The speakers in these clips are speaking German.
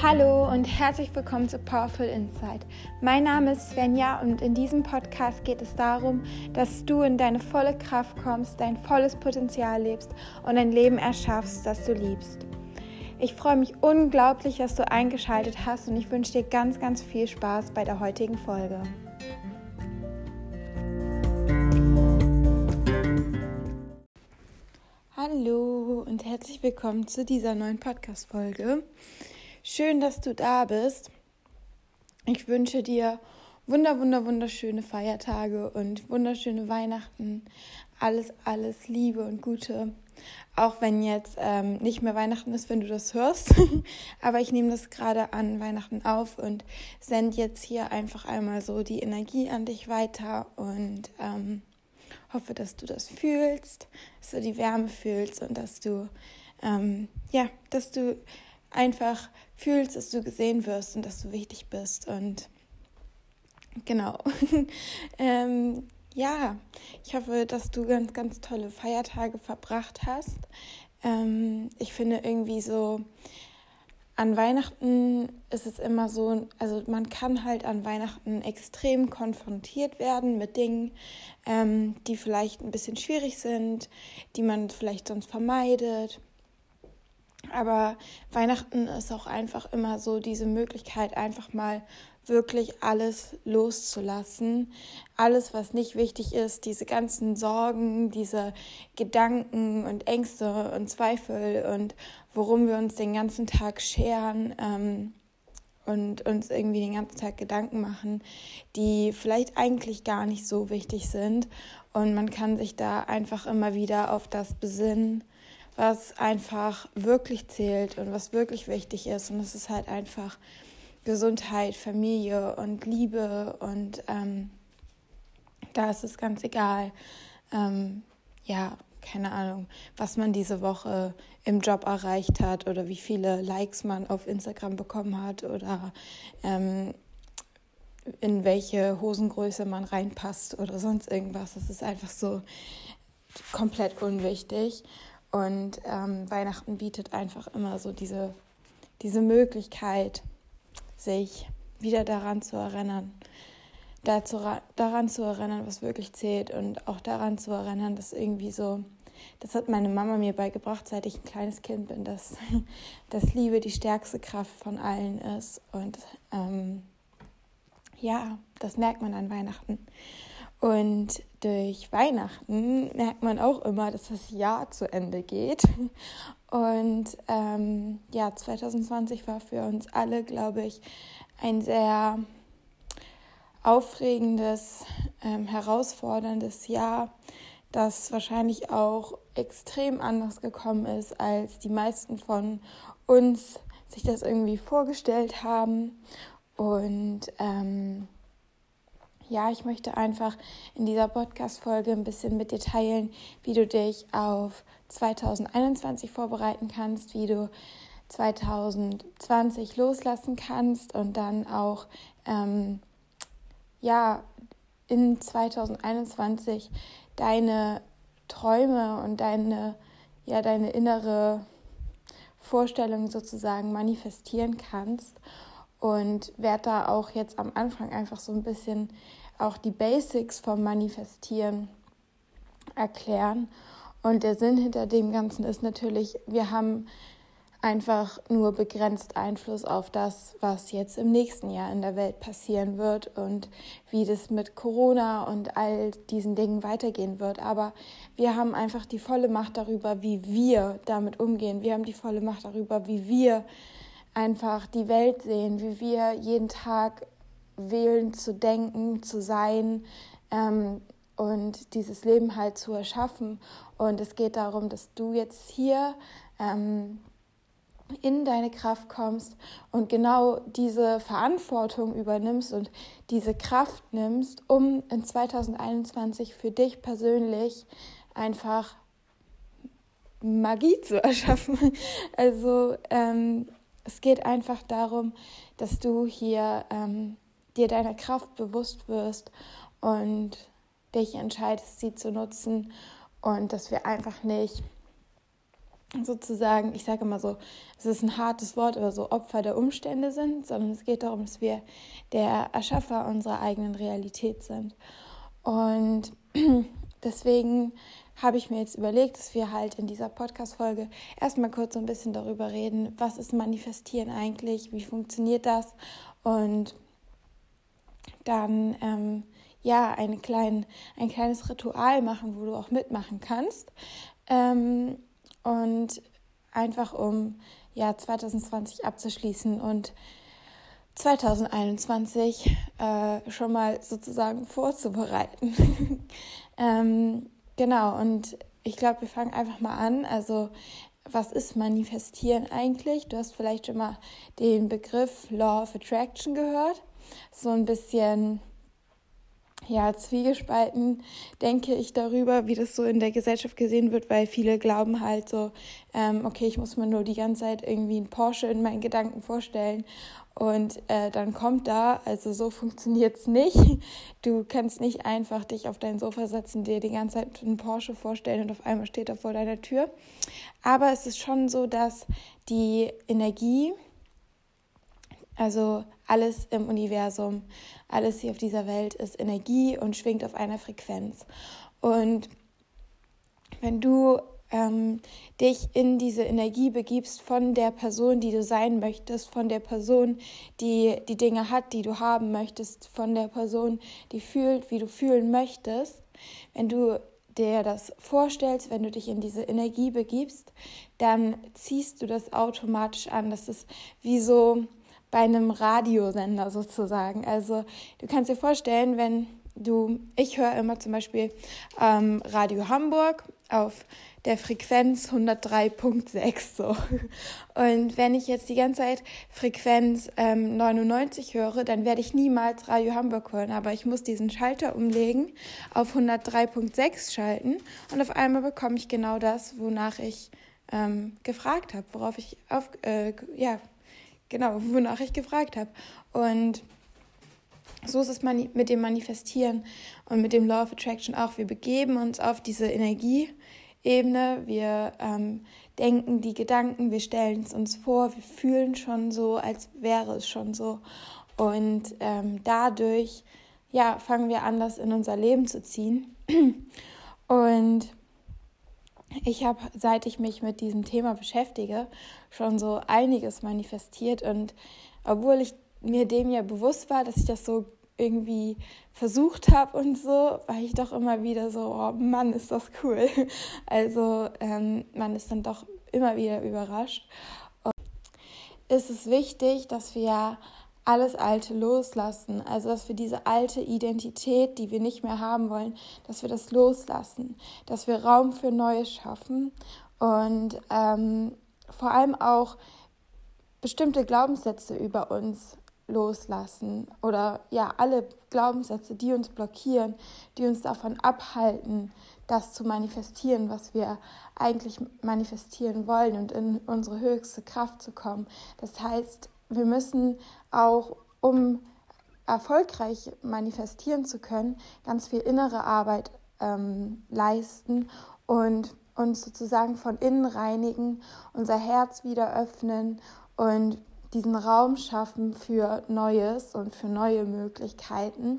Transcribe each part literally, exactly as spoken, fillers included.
Hallo und herzlich willkommen zu Powerful Insight. Mein Name ist Svenja und in diesem Podcast geht es darum, dass du in deine volle Kraft kommst, dein volles Potenzial lebst und ein Leben erschaffst, das du liebst. Ich freue mich unglaublich, dass du eingeschaltet hast und ich wünsche dir ganz, ganz viel Spaß bei der heutigen Folge. Hallo und herzlich willkommen zu dieser neuen Podcast-Folge. Schön, dass du da bist. Ich wünsche dir wunder, wunder, wunderschöne Feiertage und wunderschöne Weihnachten. Alles, alles Liebe und Gute. Auch wenn jetzt ähm, nicht mehr Weihnachten ist, wenn du das hörst. Aber ich nehme das gerade an Weihnachten auf und sende jetzt hier einfach einmal so die Energie an dich weiter und ähm, hoffe, dass du das fühlst, dass du die Wärme fühlst und dass du, ähm, ja, dass du einfach fühlst, dass du gesehen wirst und dass du wichtig bist. Und genau, ähm, ja, ich hoffe, dass du ganz, ganz tolle Feiertage verbracht hast. Ähm, ich finde irgendwie so, an Weihnachten ist es immer so, also man kann halt an Weihnachten extrem konfrontiert werden mit Dingen, ähm, die vielleicht ein bisschen schwierig sind, die man vielleicht sonst vermeidet. Aber Weihnachten ist auch einfach immer so diese Möglichkeit, einfach mal wirklich alles loszulassen. Alles, was nicht wichtig ist, diese ganzen Sorgen, diese Gedanken und Ängste und Zweifel und worum wir uns den ganzen Tag scheren ähm, und uns irgendwie den ganzen Tag Gedanken machen, die vielleicht eigentlich gar nicht so wichtig sind. Und man kann sich da einfach immer wieder auf das besinnen, was einfach wirklich zählt und was wirklich wichtig ist. Und es ist halt einfach Gesundheit, Familie und Liebe. Und ähm, da ist es ganz egal, ähm, ja, keine Ahnung, was man diese Woche im Job erreicht hat oder wie viele Likes man auf Instagram bekommen hat oder ähm, in welche Hosengröße man reinpasst oder sonst irgendwas. Das ist einfach so komplett unwichtig. Und ähm, Weihnachten bietet einfach immer so diese, diese Möglichkeit, sich wieder daran zu erinnern, dazu, daran zu erinnern, was wirklich zählt und auch daran zu erinnern, dass irgendwie so, das hat meine Mama mir beigebracht, seit ich ein kleines Kind bin, dass, dass Liebe die stärkste Kraft von allen ist. Und ähm, ja, das merkt man an Weihnachten. Und durch Weihnachten merkt man auch immer, dass das Jahr zu Ende geht. Und ähm, ja, zwanzig zwanzig war für uns alle, glaube ich, ein sehr aufregendes, ähm, herausforderndes Jahr, das wahrscheinlich auch extrem anders gekommen ist, als die meisten von uns sich das irgendwie vorgestellt haben. Und ähm, Ja, ich möchte einfach in dieser Podcast-Folge ein bisschen mit dir teilen, wie du dich auf zwanzig einundzwanzig vorbereiten kannst, wie du zwanzig zwanzig loslassen kannst und dann auch ähm, ja, in zwanzig einundzwanzig deine Träume und deine, ja, deine innere Vorstellung sozusagen manifestieren kannst. Und werde da auch jetzt am Anfang einfach so ein bisschen auch die Basics vom Manifestieren erklären. Und der Sinn hinter dem Ganzen ist natürlich, wir haben einfach nur begrenzt Einfluss auf das, was jetzt im nächsten Jahr in der Welt passieren wird und wie das mit Corona und all diesen Dingen weitergehen wird. Aber wir haben einfach die volle Macht darüber, wie wir damit umgehen. Wir haben die volle Macht darüber, wie wir einfach die Welt sehen, wie wir jeden Tag wählen, zu denken, zu sein ähm, und dieses Leben halt zu erschaffen. Und es geht darum, dass du jetzt hier ähm, in deine Kraft kommst und genau diese Verantwortung übernimmst und diese Kraft nimmst, um in zwanzig einundzwanzig für dich persönlich einfach Magie zu erschaffen. Also ähm, es geht einfach darum, dass du hier ähm, dir deiner Kraft bewusst wirst und dich entscheidest, sie zu nutzen und dass wir einfach nicht sozusagen, ich sage immer so, es ist ein hartes Wort, aber so Opfer der Umstände sind, sondern es geht darum, dass wir der Erschaffer unserer eigenen Realität sind. Und deswegen habe ich mir jetzt überlegt, dass wir halt in dieser Podcast-Folge erstmal kurz so ein bisschen darüber reden, was ist Manifestieren eigentlich, wie funktioniert das, und dann ähm, ja eine klein, ein kleines Ritual machen, wo du auch mitmachen kannst. Ähm, und einfach um ja zwanzig zwanzig abzuschließen und zwanzig einundzwanzig äh, schon mal sozusagen vorzubereiten. ähm, genau, und ich glaube, wir fangen einfach mal an. Also, was ist Manifestieren eigentlich? Du hast vielleicht schon mal den Begriff Law of Attraction gehört. So ein bisschen, ja, zwiegespalten denke ich darüber, wie das so in der Gesellschaft gesehen wird, weil viele glauben halt so, ähm, okay, ich muss mir nur die ganze Zeit irgendwie einen Porsche in meinen Gedanken vorstellen und äh, dann kommt da, also so funktioniert es nicht. Du kannst nicht einfach dich auf dein Sofa setzen, dir die ganze Zeit einen Porsche vorstellen und auf einmal steht er vor deiner Tür. Aber es ist schon so, dass die Energie, also alles im Universum, alles hier auf dieser Welt ist Energie und schwingt auf einer Frequenz. Und wenn du ähm, dich in diese Energie begibst von der Person, die du sein möchtest, von der Person, die die Dinge hat, die du haben möchtest, von der Person, die fühlt, wie du fühlen möchtest, wenn du dir das vorstellst, wenn du dich in diese Energie begibst, dann ziehst du das automatisch an. Das ist wie so bei einem Radiosender sozusagen. Also du kannst dir vorstellen, wenn du, ich höre immer zum Beispiel ähm, Radio Hamburg auf der Frequenz hundertdrei Komma sechs so. Und wenn ich jetzt die ganze Zeit Frequenz ähm, neunundneunzig höre, dann werde ich niemals Radio Hamburg hören. Aber ich muss diesen Schalter umlegen, auf hundertdrei Komma sechs schalten und auf einmal bekomme ich genau das, wonach ich ähm, gefragt habe, worauf ich auf, äh, ja, genau, wonach ich gefragt habe. Und so ist es mit dem Manifestieren und mit dem Law of Attraction auch. Wir begeben uns auf diese Energieebene, wir ähm, denken die Gedanken, wir stellen es uns vor, wir fühlen schon so, als wäre es schon so. Und ähm, dadurch ja, fangen wir an, das in unser Leben zu ziehen. Und ich habe, seit ich mich mit diesem Thema beschäftige, schon so einiges manifestiert. Und obwohl ich mir dem ja bewusst war, dass ich das so irgendwie versucht habe und so, war ich doch immer wieder so, oh Mann, ist das cool. Also ähm, man ist dann doch immer wieder überrascht. Und es ist wichtig, dass wir alles Alte loslassen, also dass wir diese alte Identität, die wir nicht mehr haben wollen, dass wir das loslassen, dass wir Raum für Neues schaffen und ähm, vor allem auch bestimmte Glaubenssätze über uns loslassen oder ja, alle Glaubenssätze, die uns blockieren, die uns davon abhalten, das zu manifestieren, was wir eigentlich manifestieren wollen und in unsere höchste Kraft zu kommen. Das heißt, wir müssen auch, um erfolgreich manifestieren zu können, ganz viel innere Arbeit ähm, leisten und uns sozusagen von innen reinigen, unser Herz wieder öffnen und diesen Raum schaffen für Neues und für neue Möglichkeiten.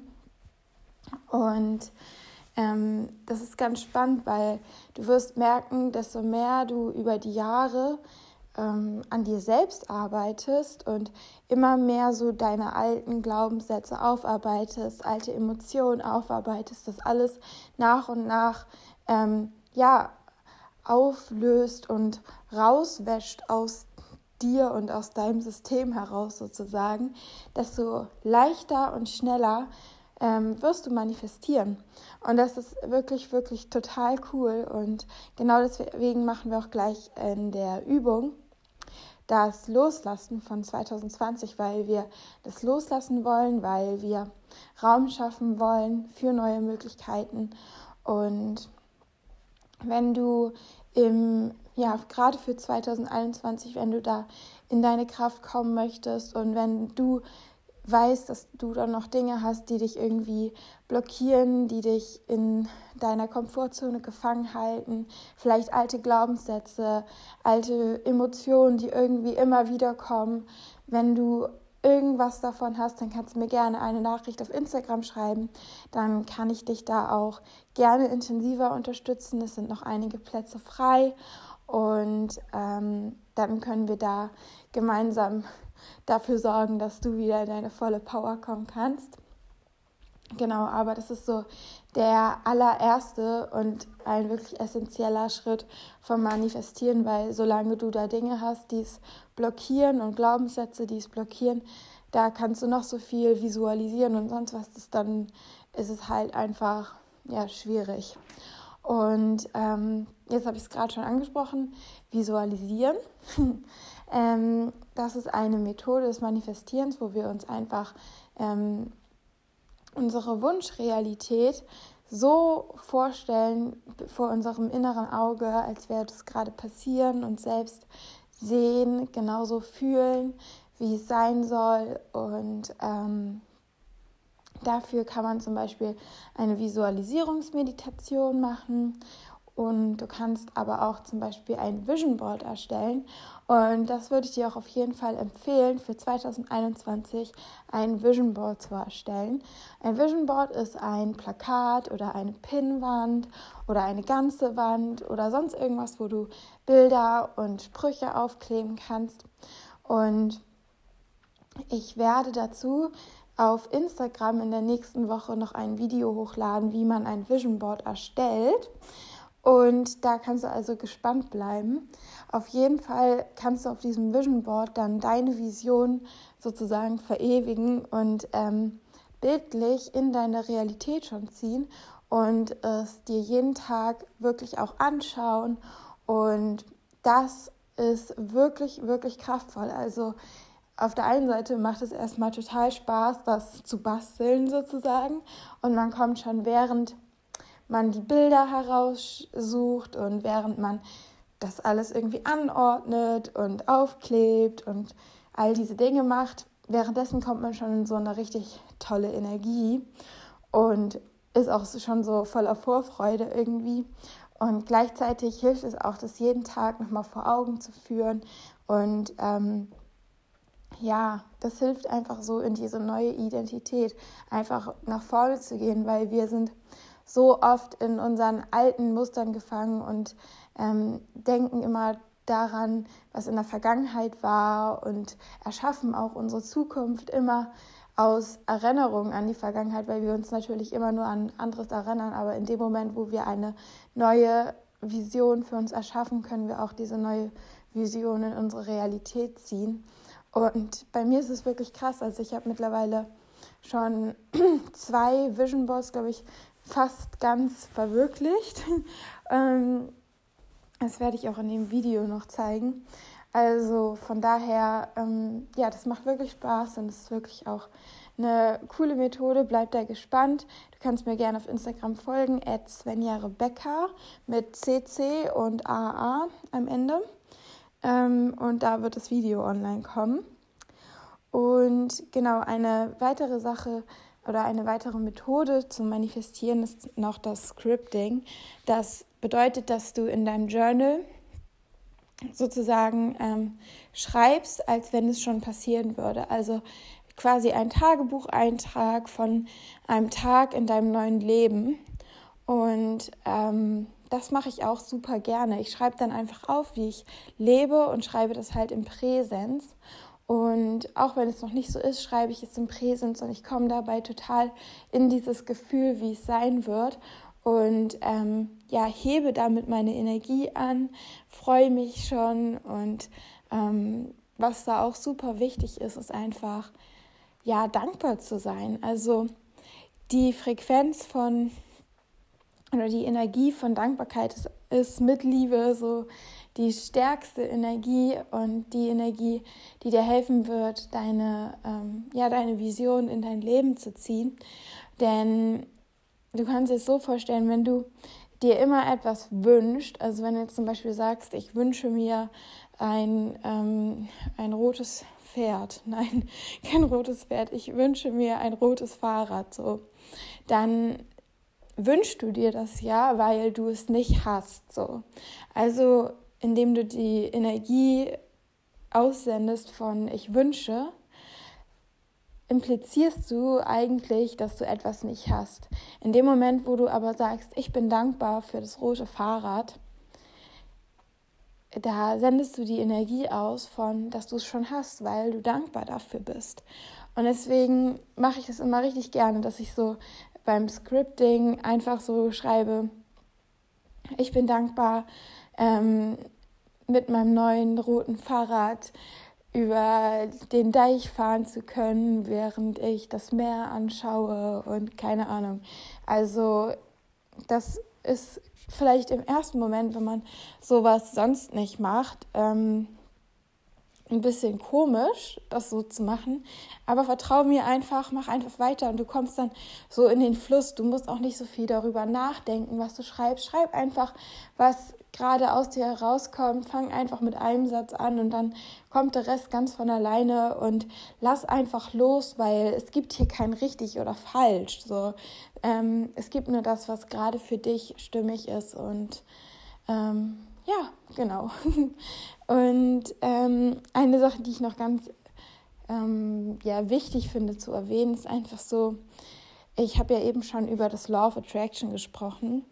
Und ähm, das ist ganz spannend, weil du wirst merken, desto mehr du über die Jahre ähm, an dir selbst arbeitest und immer mehr so deine alten Glaubenssätze aufarbeitest, alte Emotionen aufarbeitest, das alles nach und nach ähm, ja, auflöst und rauswäscht aus dir und aus deinem System heraus sozusagen, desto leichter und schneller ähm, wirst du manifestieren. Und das ist wirklich, wirklich total cool. Und genau deswegen machen wir auch gleich in der Übung das Loslassen von zwanzig zwanzig, weil wir das loslassen wollen, weil wir Raum schaffen wollen für neue Möglichkeiten. Und wenn du im ja, gerade für zwanzig einundzwanzig, wenn du da in deine Kraft kommen möchtest und wenn du weißt, dass du dann noch Dinge hast, die dich irgendwie blockieren, die dich in deiner Komfortzone gefangen halten, vielleicht alte Glaubenssätze, alte Emotionen, die irgendwie immer wieder kommen. Wenn du irgendwas davon hast, dann kannst du mir gerne eine Nachricht auf Instagram schreiben. Dann kann ich dich da auch gerne intensiver unterstützen. Es sind noch einige Plätze frei und ähm, dann können wir da gemeinsam dafür sorgen, dass du wieder in deine volle Power kommen kannst. Genau, aber das ist so der allererste und ein wirklich essentieller Schritt vom Manifestieren, weil solange du da Dinge hast, die es blockieren und Glaubenssätze, die es blockieren, da kannst du noch so viel visualisieren und sonst was, das, dann ist es halt einfach ja, schwierig. Und ähm, jetzt habe ich es gerade schon angesprochen, visualisieren. ähm, das ist eine Methode des Manifestierens, wo wir uns einfach ähm, unsere Wunschrealität so vorstellen vor unserem inneren Auge, als wäre das gerade passieren und selbst sehen, genauso fühlen, wie es sein soll. Und ähm, dafür kann man zum Beispiel eine Visualisierungsmeditation machen. Und du kannst aber auch zum Beispiel ein Vision Board erstellen. Und das würde ich dir auch auf jeden Fall empfehlen, für zwanzig einundzwanzig ein Vision Board zu erstellen. Ein Vision Board ist ein Plakat oder eine Pinnwand oder eine ganze Wand oder sonst irgendwas, wo du Bilder und Sprüche aufkleben kannst. Und ich werde dazu auf Instagram in der nächsten Woche noch ein Video hochladen, wie man ein Vision Board erstellt. Und da kannst du also gespannt bleiben. Auf jeden Fall kannst du auf diesem Vision Board dann deine Vision sozusagen verewigen und ähm, bildlich in deine Realität schon ziehen und es dir jeden Tag wirklich auch anschauen. Und das ist wirklich, wirklich kraftvoll. Also auf der einen Seite macht es erstmal total Spaß, das zu basteln sozusagen. Und man kommt schon während man die Bilder heraussucht und während man das alles irgendwie anordnet und aufklebt und all diese Dinge macht, währenddessen kommt man schon in so eine richtig tolle Energie und ist auch schon so voller Vorfreude irgendwie. Und gleichzeitig hilft es auch, das jeden Tag nochmal vor Augen zu führen. Und ähm, ja, das hilft einfach so in diese neue Identität, einfach nach vorne zu gehen, weil wir sind so oft in unseren alten Mustern gefangen und ähm, denken immer daran, was in der Vergangenheit war und erschaffen auch unsere Zukunft immer aus Erinnerungen an die Vergangenheit, weil wir uns natürlich immer nur an anderes erinnern, aber in dem Moment, wo wir eine neue Vision für uns erschaffen, können wir auch diese neue Vision in unsere Realität ziehen. Und bei mir ist es wirklich krass, also ich habe mittlerweile schon zwei Vision Boards, glaube ich, fast ganz verwirklicht. Das werde ich auch in dem Video noch zeigen. Also von daher, ähm, ja, das macht wirklich Spaß und es ist wirklich auch eine coole Methode. Bleib da gespannt. Du kannst mir gerne auf Instagram folgen, at Svenja Rebecca mit C C und A A am Ende. Ähm, und da wird das Video online kommen. Und genau, eine weitere Sache oder eine weitere Methode zum Manifestieren ist noch das Scripting. Das bedeutet, dass du in deinem Journal sozusagen ähm, schreibst, als wenn es schon passieren würde. Also quasi ein Tagebucheintrag von einem Tag in deinem neuen Leben. Und ähm, das mache ich auch super gerne. Ich schreibe dann einfach auf, wie ich lebe und schreibe das halt im Präsens. Und auch wenn es noch nicht so ist, schreibe ich es im Präsens und ich komme dabei total in dieses Gefühl, wie es sein wird. Und ähm, ja, hebe damit meine Energie an, freue mich schon. Und ähm, was da auch super wichtig ist, ist einfach, ja, dankbar zu sein. Also die Frequenz von, oder die Energie von Dankbarkeit ist, ist mit Liebe so die stärkste Energie und die Energie, die dir helfen wird, deine, ähm, ja, deine Vision in dein Leben zu ziehen. Denn du kannst dir es so vorstellen, wenn du dir immer etwas wünschst, also wenn du jetzt zum Beispiel sagst, ich wünsche mir ein, ähm, ein rotes Pferd, nein, kein rotes Pferd, ich wünsche mir ein rotes Fahrrad, so, dann wünschst du dir das ja, weil du es nicht hast, so. Also, indem du die Energie aussendest von ich wünsche, implizierst du eigentlich, dass du etwas nicht hast. In dem Moment, wo du aber sagst, ich bin dankbar für das rote Fahrrad, da sendest du die Energie aus von, dass du es schon hast, weil du dankbar dafür bist. Und deswegen mache ich das immer richtig gerne, dass ich so beim Scripting einfach so schreibe, ich bin dankbar, ähm, mit meinem neuen roten Fahrrad über den Deich fahren zu können, während ich das Meer anschaue und keine Ahnung. Also das ist vielleicht im ersten Moment, wenn man sowas sonst nicht macht, ähm, ein bisschen komisch, das so zu machen, aber vertrau mir einfach, mach einfach weiter und du kommst dann so in den Fluss. Du musst auch nicht so viel darüber nachdenken, was du schreibst. Schreib einfach, was gerade aus dir herauskommt. Fang einfach mit einem Satz an und dann kommt der Rest ganz von alleine und lass einfach los, weil es gibt hier kein richtig oder falsch. So, ähm, es gibt nur das, was gerade für dich stimmig ist und ähm, ja, genau. Und ähm, eine Sache, die ich noch ganz ähm, ja, wichtig finde zu erwähnen, ist einfach so, ich habe ja eben schon über das Law of Attraction gesprochen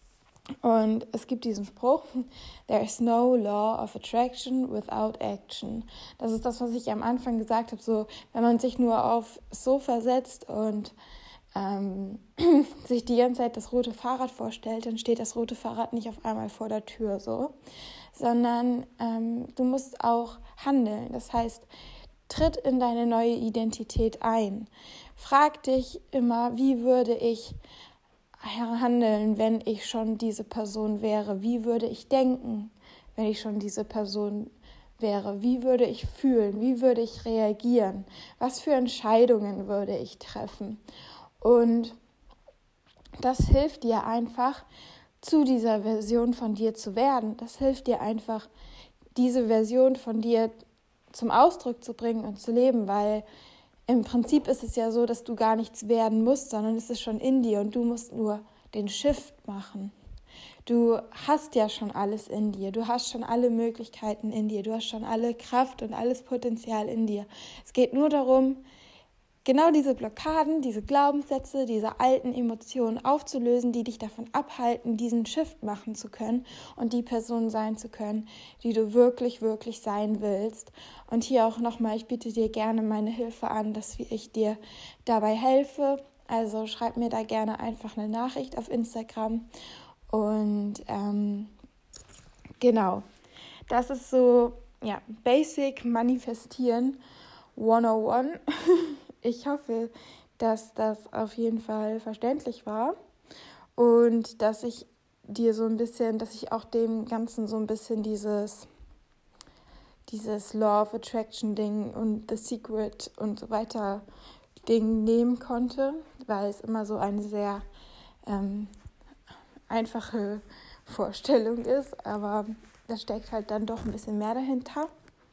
und es gibt diesen Spruch, there is no law of attraction without action. Das ist das, was ich am Anfang gesagt habe, so wenn man sich nur aufs Sofa setzt und ähm, sich die ganze Zeit das rote Fahrrad vorstellt, dann steht das rote Fahrrad nicht auf einmal vor der Tür, so, sondern ähm, du musst auch handeln. Das heißt, tritt in deine neue Identität ein. Frag dich immer, wie würde ich handeln, wenn ich schon diese Person wäre? Wie würde ich denken, wenn ich schon diese Person wäre? Wie würde ich fühlen? Wie würde ich reagieren? Was für Entscheidungen würde ich treffen? Und das hilft dir einfach, zu dieser Version von dir zu werden. Das hilft dir einfach, diese Version von dir zum Ausdruck zu bringen und zu leben, weil im Prinzip ist es ja so, dass du gar nichts werden musst, sondern es ist schon in dir und du musst nur den Shift machen. Du hast ja schon alles in dir, du hast schon alle Möglichkeiten in dir, du hast schon alle Kraft und alles Potenzial in dir. Es geht nur darum, genau diese Blockaden, diese Glaubenssätze, diese alten Emotionen aufzulösen, die dich davon abhalten, diesen Shift machen zu können und die Person sein zu können, die du wirklich, wirklich sein willst. Und hier auch nochmal, ich biete dir gerne meine Hilfe an, dass ich dir dabei helfe. Also schreib mir da gerne einfach eine Nachricht auf Instagram. Und ähm, genau, das ist so, ja, Basic Manifestieren hundertundeins. Ich hoffe, dass das auf jeden Fall verständlich war und dass ich dir so ein bisschen, dass ich auch dem Ganzen so ein bisschen dieses, dieses Law of Attraction Ding und The Secret und so weiter Ding nehmen konnte, weil es immer so eine sehr ähm, einfache Vorstellung ist, aber da steckt halt dann doch ein bisschen mehr dahinter.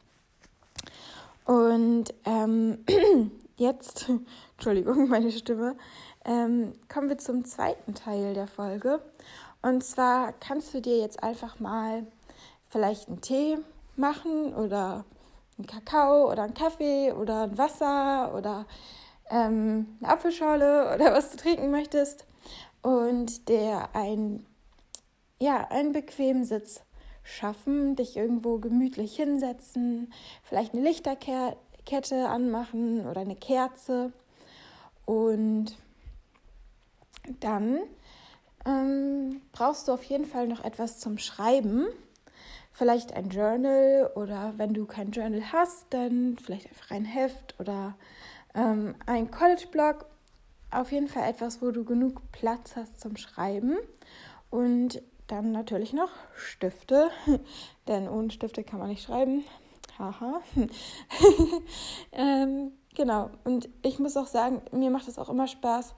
Und ähm, jetzt, Entschuldigung, meine Stimme, ähm, kommen wir zum zweiten Teil der Folge. Und zwar kannst du dir jetzt einfach mal vielleicht einen Tee machen oder einen Kakao oder einen Kaffee oder ein Wasser oder ähm, eine Apfelschorle oder was du trinken möchtest und der ein, ja, einen bequemen Sitz schaffen, dich irgendwo gemütlich hinsetzen, vielleicht eine Lichterkette anmachen oder eine Kerze und dann ähm, brauchst du auf jeden Fall noch etwas zum Schreiben, vielleicht ein Journal oder wenn du kein Journal hast, dann vielleicht einfach ein Heft oder ähm, ein College-Blog, auf jeden Fall etwas, wo du genug Platz hast zum Schreiben und dann natürlich noch Stifte, denn ohne Stifte kann man nicht schreiben. Haha. ähm, genau, und ich muss auch sagen, mir macht es auch immer Spaß,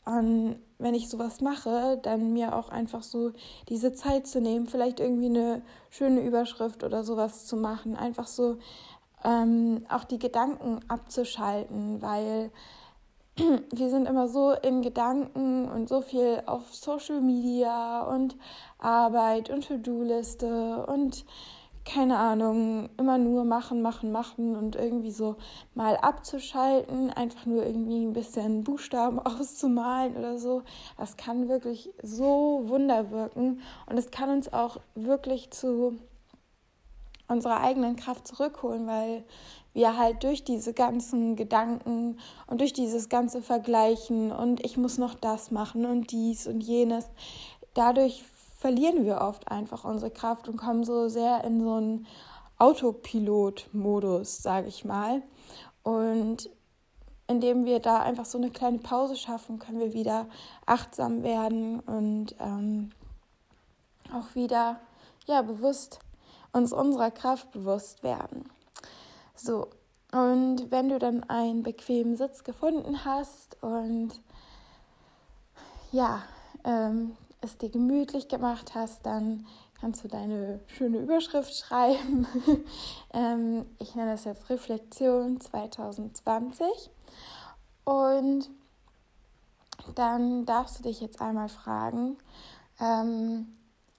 an, wenn ich sowas mache, dann mir auch einfach so diese Zeit zu nehmen, vielleicht irgendwie eine schöne Überschrift oder sowas zu machen, einfach so ähm, auch die Gedanken abzuschalten, weil wir sind immer so in Gedanken und so viel auf Social Media und Arbeit und To-Do-Liste und keine Ahnung, immer nur machen, machen, machen und irgendwie so mal abzuschalten, einfach nur irgendwie ein bisschen Buchstaben auszumalen oder so. Das kann wirklich so Wunder wirken und es kann uns auch wirklich zu unserer eigenen Kraft zurückholen, weil wir halt durch diese ganzen Gedanken und durch dieses ganze Vergleichen und ich muss noch das machen und dies und jenes, dadurch verlieren wir oft einfach unsere Kraft und kommen so sehr in so einen Autopilot-Modus, sage ich mal. Und indem wir da einfach so eine kleine Pause schaffen, können wir wieder achtsam werden und ähm, auch wieder ja, bewusst uns unserer Kraft bewusst werden. So, und wenn du dann einen bequemen Sitz gefunden hast und ja, ähm, es dir gemütlich gemacht hast, dann kannst du deine schöne Überschrift schreiben. ähm, ich nenne das jetzt Reflexion zwanzig zwanzig. Und dann darfst du dich jetzt einmal fragen, ähm,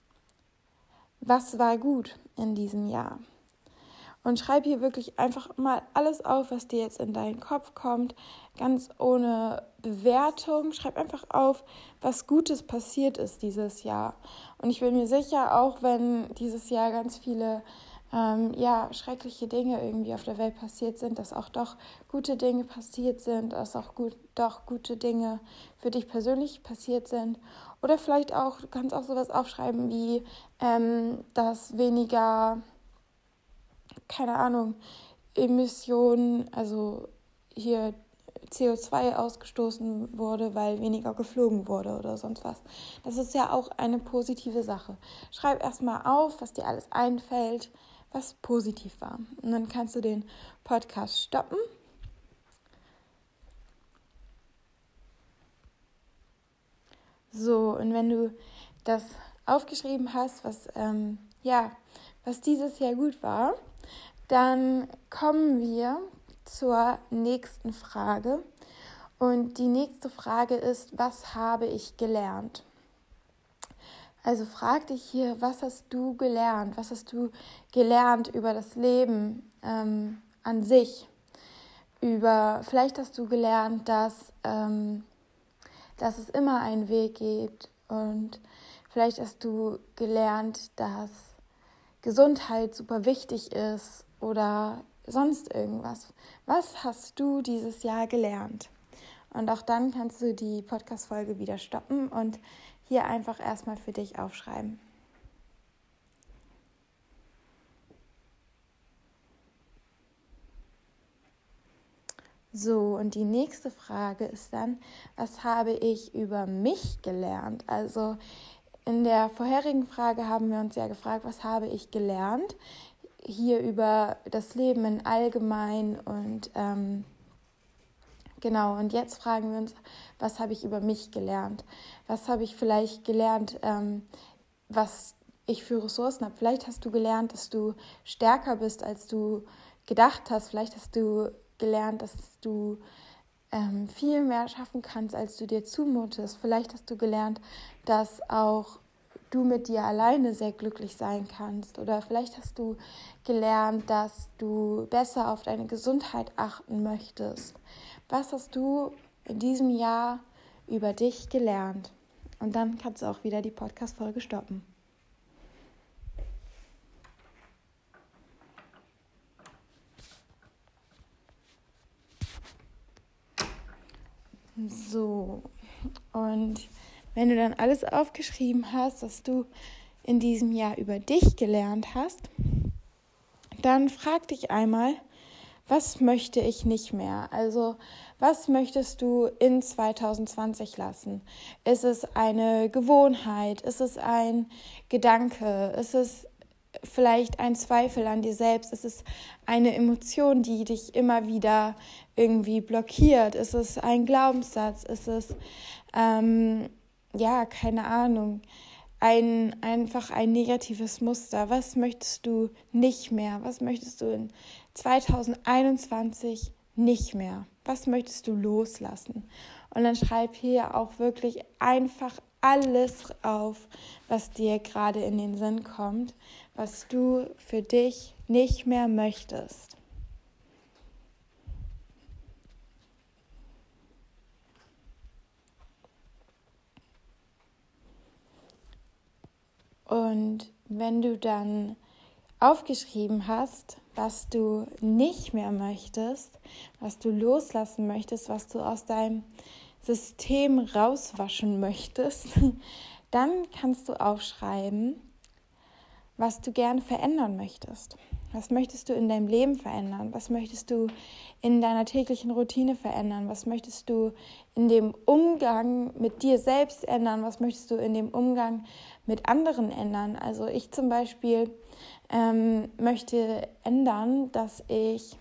was war gut in diesem Jahr? Und schreib hier wirklich einfach mal alles auf, was dir jetzt in deinen Kopf kommt, ganz ohne Bewertung. Schreib einfach auf, was Gutes passiert ist dieses Jahr. Und ich bin mir sicher, auch wenn dieses Jahr ganz viele ähm, ja, schreckliche Dinge irgendwie auf der Welt passiert sind, dass auch doch gute Dinge passiert sind, dass auch gut, doch gute Dinge für dich persönlich passiert sind. Oder vielleicht auch, du kannst auch sowas aufschreiben wie, ähm, dass weniger... keine Ahnung, Emissionen, also hier C O zwei ausgestoßen wurde, weil weniger geflogen wurde oder sonst was. Das ist ja auch eine positive Sache. Schreib erstmal auf, was dir alles einfällt, was positiv war. Und dann kannst du den Podcast stoppen. So, und wenn du das aufgeschrieben hast, was, ähm, ja, was dieses Jahr gut war, dann kommen wir zur nächsten Frage. Und die nächste Frage ist, was habe ich gelernt? Also frag dich hier, was hast du gelernt? Was hast du gelernt über das Leben ähm, an sich? Über, vielleicht hast du gelernt, dass, ähm, dass es immer einen Weg gibt. Und vielleicht hast du gelernt, dass Gesundheit super wichtig ist oder sonst irgendwas. Was hast du dieses Jahr gelernt? Und auch dann kannst du die Podcast-Folge wieder stoppen und hier einfach erstmal für dich aufschreiben. So, und die nächste Frage ist dann, was habe ich über mich gelernt? Also in der vorherigen Frage haben wir uns ja gefragt, was habe ich gelernt? Hier über das Leben in allgemein und ähm, genau, und jetzt fragen wir uns, was habe ich über mich gelernt? Was habe ich vielleicht gelernt, ähm, was ich für Ressourcen habe? Vielleicht hast du gelernt, dass du stärker bist, als du gedacht hast. Vielleicht hast du gelernt, dass du ähm, viel mehr schaffen kannst, als du dir zumutest. Vielleicht hast du gelernt, dass auch du mit dir alleine sehr glücklich sein kannst. Oder vielleicht hast du gelernt, dass du besser auf deine Gesundheit achten möchtest. Was hast du in diesem Jahr über dich gelernt? Und dann kannst du auch wieder die Podcast-Folge stoppen. So, und wenn du dann alles aufgeschrieben hast, was du in diesem Jahr über dich gelernt hast, dann frag dich einmal, was möchte ich nicht mehr? Also, was möchtest du in zwanzig zwanzig lassen? Ist es eine Gewohnheit? Ist es ein Gedanke? Ist es vielleicht ein Zweifel an dir selbst? Ist es eine Emotion, die dich immer wieder irgendwie blockiert? Ist es ein Glaubenssatz? Ist es, ähm, ja, keine Ahnung, ein, einfach ein negatives Muster? Was möchtest du nicht mehr? Was möchtest du in zwanzig einundzwanzig nicht mehr? Was möchtest du loslassen? Und dann schreib hier auch wirklich einfach alles auf, was dir gerade in den Sinn kommt, was du für dich nicht mehr möchtest. Und wenn du dann aufgeschrieben hast, was du nicht mehr möchtest, was du loslassen möchtest, was du aus deinem System rauswaschen möchtest, dann kannst du aufschreiben, was du gerne verändern möchtest. Was möchtest du in deinem Leben verändern? Was möchtest du in deiner täglichen Routine verändern? Was möchtest du in dem Umgang mit dir selbst ändern? Was möchtest du in dem Umgang mit anderen ändern? Also ich zum Beispiel ähm, möchte ändern, dass ich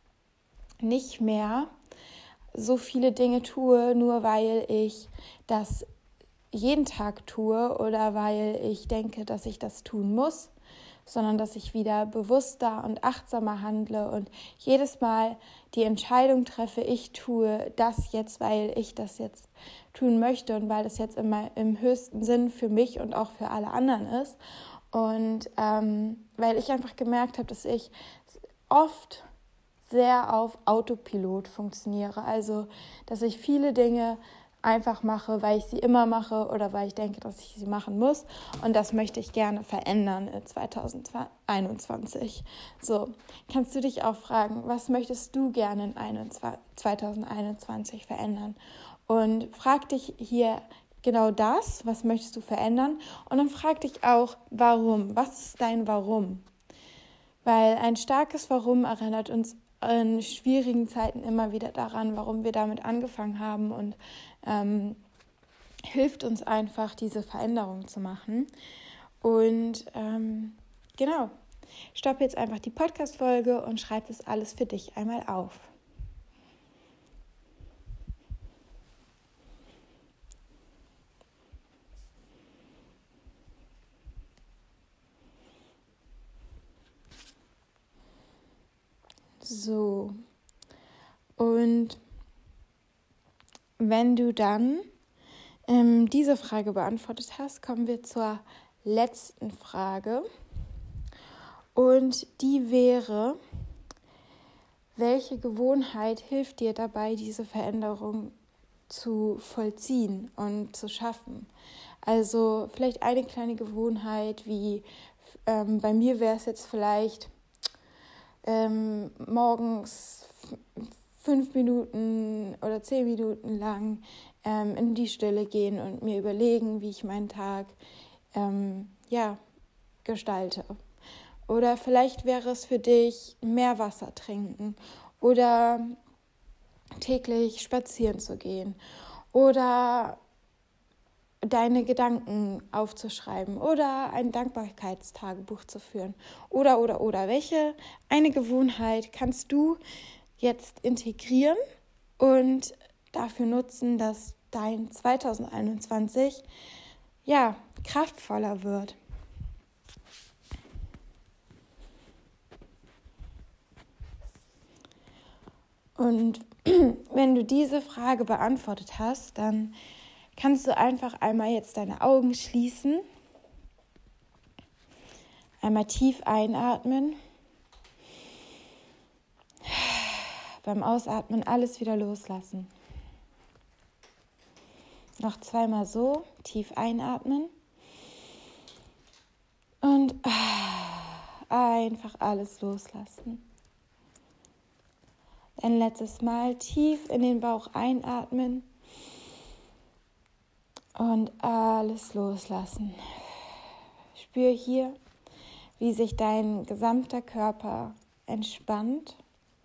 nicht mehr so viele Dinge tue, nur weil ich das jeden Tag tue oder weil ich denke, dass ich das tun muss, sondern dass ich wieder bewusster und achtsamer handle und jedes Mal die Entscheidung treffe, ich tue das jetzt, weil ich das jetzt tun möchte und weil das jetzt immer im höchsten Sinn für mich und auch für alle anderen ist. Und ähm, weil ich einfach gemerkt habe, dass ich oft sehr auf Autopilot funktioniere. Also, dass ich viele Dinge einfach mache, weil ich sie immer mache oder weil ich denke, dass ich sie machen muss. Und das möchte ich gerne verändern in zwanzig einundzwanzig. So, kannst du dich auch fragen, was möchtest du gerne in zwanzig einundzwanzig verändern? Und frag dich hier genau das, was möchtest du verändern? Und dann frag dich auch, warum? Was ist dein Warum? Weil ein starkes Warum erinnert uns in schwierigen Zeiten immer wieder daran, warum wir damit angefangen haben und ähm, hilft uns einfach, diese Veränderung zu machen. Und ähm, genau, stopp jetzt einfach die Podcast-Folge und schreib das alles für dich einmal auf. So, und wenn du dann ähm, diese Frage beantwortet hast, kommen wir zur letzten Frage. Und die wäre, welche Gewohnheit hilft dir dabei, diese Veränderung zu vollziehen und zu schaffen? Also vielleicht eine kleine Gewohnheit, wie ähm, bei mir wäre es jetzt vielleicht ähm, morgens fünf Minuten oder zehn Minuten lang ähm, in die Stille gehen und mir überlegen, wie ich meinen Tag ähm, ja, gestalte. Oder vielleicht wäre es für dich, mehr Wasser trinken oder täglich spazieren zu gehen oder deine Gedanken aufzuschreiben oder ein Dankbarkeitstagebuch zu führen oder, oder, oder. Welche eine Gewohnheit kannst du jetzt integrieren und dafür nutzen, dass dein zwanzig einundzwanzig ja, kraftvoller wird? Und wenn du diese Frage beantwortet hast, dann kannst du einfach einmal jetzt deine Augen schließen, einmal tief einatmen, beim Ausatmen alles wieder loslassen. Noch zweimal so, tief einatmen und einfach alles loslassen. Ein letztes Mal tief in den Bauch einatmen und alles loslassen. Spür hier, wie sich dein gesamter Körper entspannt,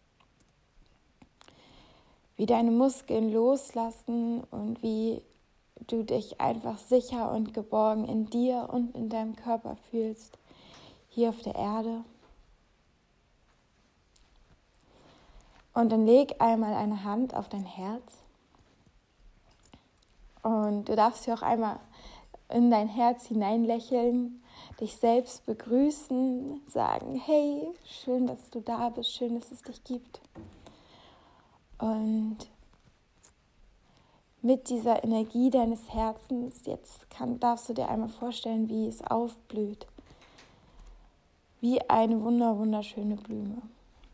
wie deine Muskeln loslassen und wie du dich einfach sicher und geborgen in dir und in deinem Körper fühlst. hier auf der Erde. Und dann leg einmal eine Hand auf dein Herz. Und du darfst hier auch einmal in dein Herz hineinlächeln, dich selbst begrüßen, sagen, hey, schön, dass du da bist, schön, dass es dich gibt. Und mit dieser Energie deines Herzens, jetzt kann, darfst du dir einmal vorstellen, wie es aufblüht, wie eine wunder, wunderschöne Blume.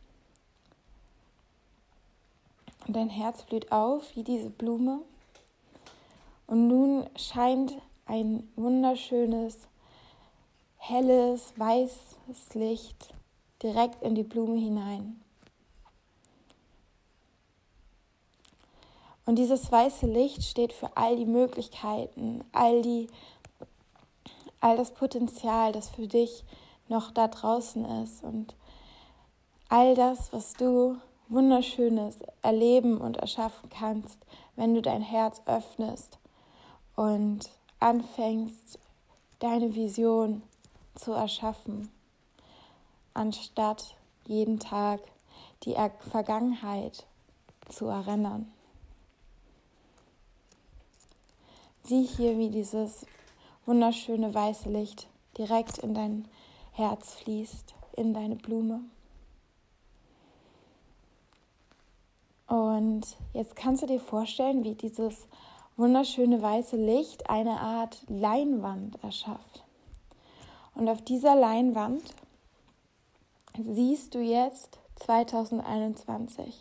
Und dein Herz blüht auf wie diese Blume. Und nun scheint ein wunderschönes, helles, weißes Licht direkt in die Blume hinein. Und dieses weiße Licht steht für all die Möglichkeiten, all die, all das Potenzial, das für dich noch da draußen ist und all das, was du Wunderschönes erleben und erschaffen kannst, wenn du dein Herz öffnest und anfängst, deine Vision zu erschaffen, anstatt jeden Tag die Vergangenheit zu erinnern. Sieh hier, wie dieses wunderschöne weiße Licht direkt in dein Herz fließt, in deine Blume. Und jetzt kannst du dir vorstellen, wie dieses wunderschöne weiße Licht eine Art Leinwand erschafft. Und auf dieser Leinwand siehst du jetzt zweitausendeinundzwanzig.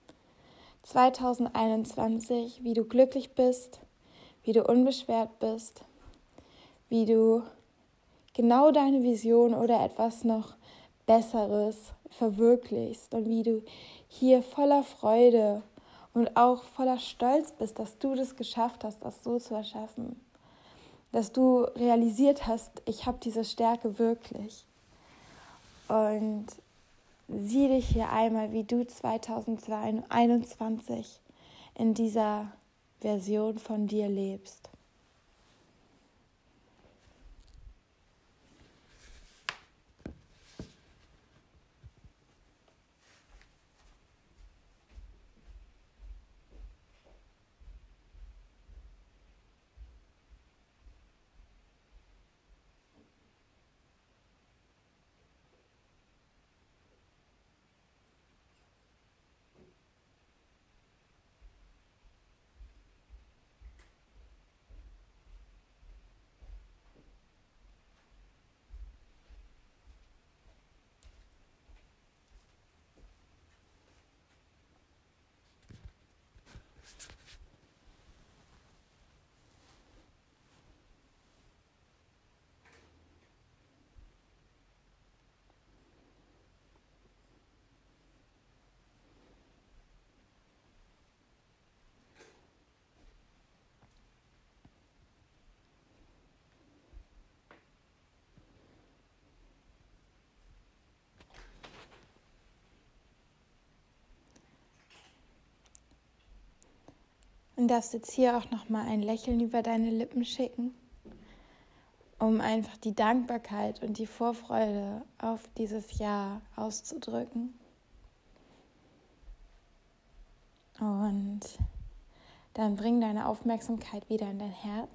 zweitausendeinundzwanzig, wie du glücklich bist, wie du unbeschwert bist, wie du genau deine Vision oder etwas noch Besseres verwirklichst und wie du hier voller Freude und auch voller Stolz bist, dass du das geschafft hast, das so zu erschaffen. Dass du realisiert hast, ich habe diese Stärke wirklich. Und sieh dich hier einmal, wie du zweitausendeinundzwanzig in dieser Version von dir lebst. Und darfst jetzt hier auch nochmal ein Lächeln über deine Lippen schicken, um einfach die Dankbarkeit und die Vorfreude auf dieses Jahr auszudrücken. Und dann bring deine Aufmerksamkeit wieder in dein Herz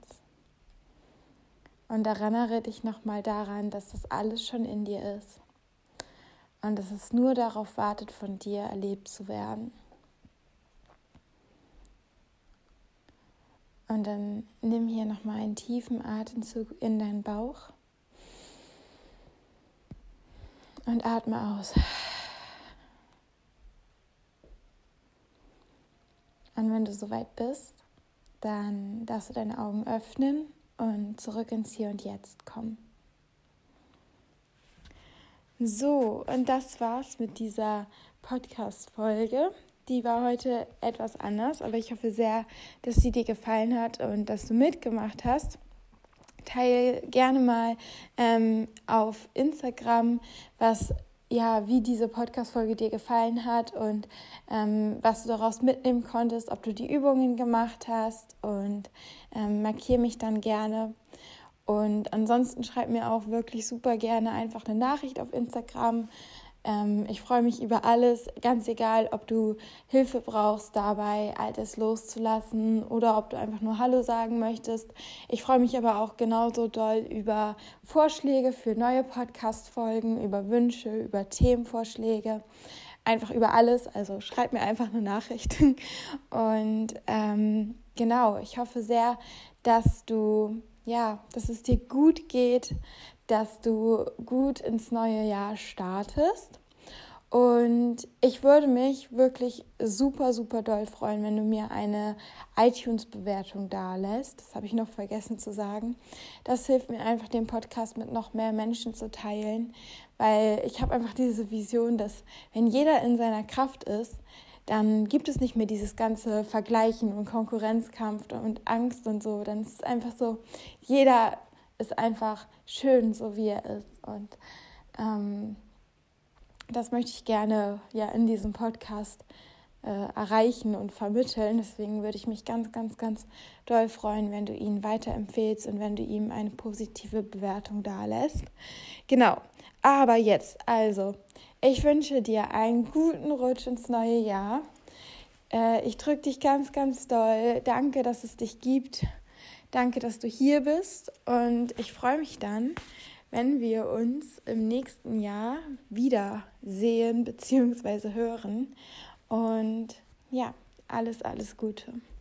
und erinnere dich nochmal daran, dass das alles schon in dir ist und dass es nur darauf wartet, von dir erlebt zu werden. Und dann nimm hier nochmal einen tiefen Atemzug in deinen Bauch und atme aus. Und wenn du soweit bist, dann darfst du deine Augen öffnen und zurück ins Hier und Jetzt kommen. So, und das war's mit dieser Podcast-Folge. Die war heute etwas anders, aber ich hoffe sehr, dass sie dir gefallen hat und dass du mitgemacht hast. Teil gerne mal ähm, auf Instagram, was ja, wie diese Podcast-Folge dir gefallen hat und ähm, was du daraus mitnehmen konntest, ob du die Übungen gemacht hast und ähm, markiere mich dann gerne. Und ansonsten schreib mir auch wirklich super gerne einfach eine Nachricht auf Instagram. Ähm, ich freue mich über alles, ganz egal, ob du Hilfe brauchst dabei, Altes loszulassen oder ob du einfach nur Hallo sagen möchtest. Ich freue mich aber auch genauso doll über Vorschläge für neue Podcast-Folgen, über Wünsche, über Themenvorschläge, einfach über alles. Also schreib mir einfach eine Nachricht. Und ähm, genau, ich hoffe sehr, dass du, ja, dass es dir gut geht, dass du gut ins neue Jahr startest. Und ich würde mich wirklich super, super doll freuen, wenn du mir eine iTunes-Bewertung dalässt. Das habe ich noch vergessen zu sagen. Das hilft mir einfach, den Podcast mit noch mehr Menschen zu teilen, weil ich habe einfach diese Vision, dass wenn jeder in seiner Kraft ist, dann gibt es nicht mehr dieses ganze Vergleichen und Konkurrenzkampf und Angst und so. Dann ist es einfach so, jeder ist einfach schön, so wie er ist. Und ähm, das möchte ich gerne ja in diesem Podcast äh, erreichen und vermitteln. Deswegen würde ich mich ganz, ganz, ganz doll freuen, wenn du ihn weiterempfehlst und wenn du ihm eine positive Bewertung dalässt. Genau, aber jetzt, also, ich wünsche dir einen guten Rutsch ins neue Jahr. Äh, ich drücke dich ganz, ganz doll. Danke, dass es dich gibt. Danke, dass du hier bist. Und ich freue mich dann, wenn wir uns im nächsten Jahr wieder sehen bzw. hören. Und ja, alles, alles Gute.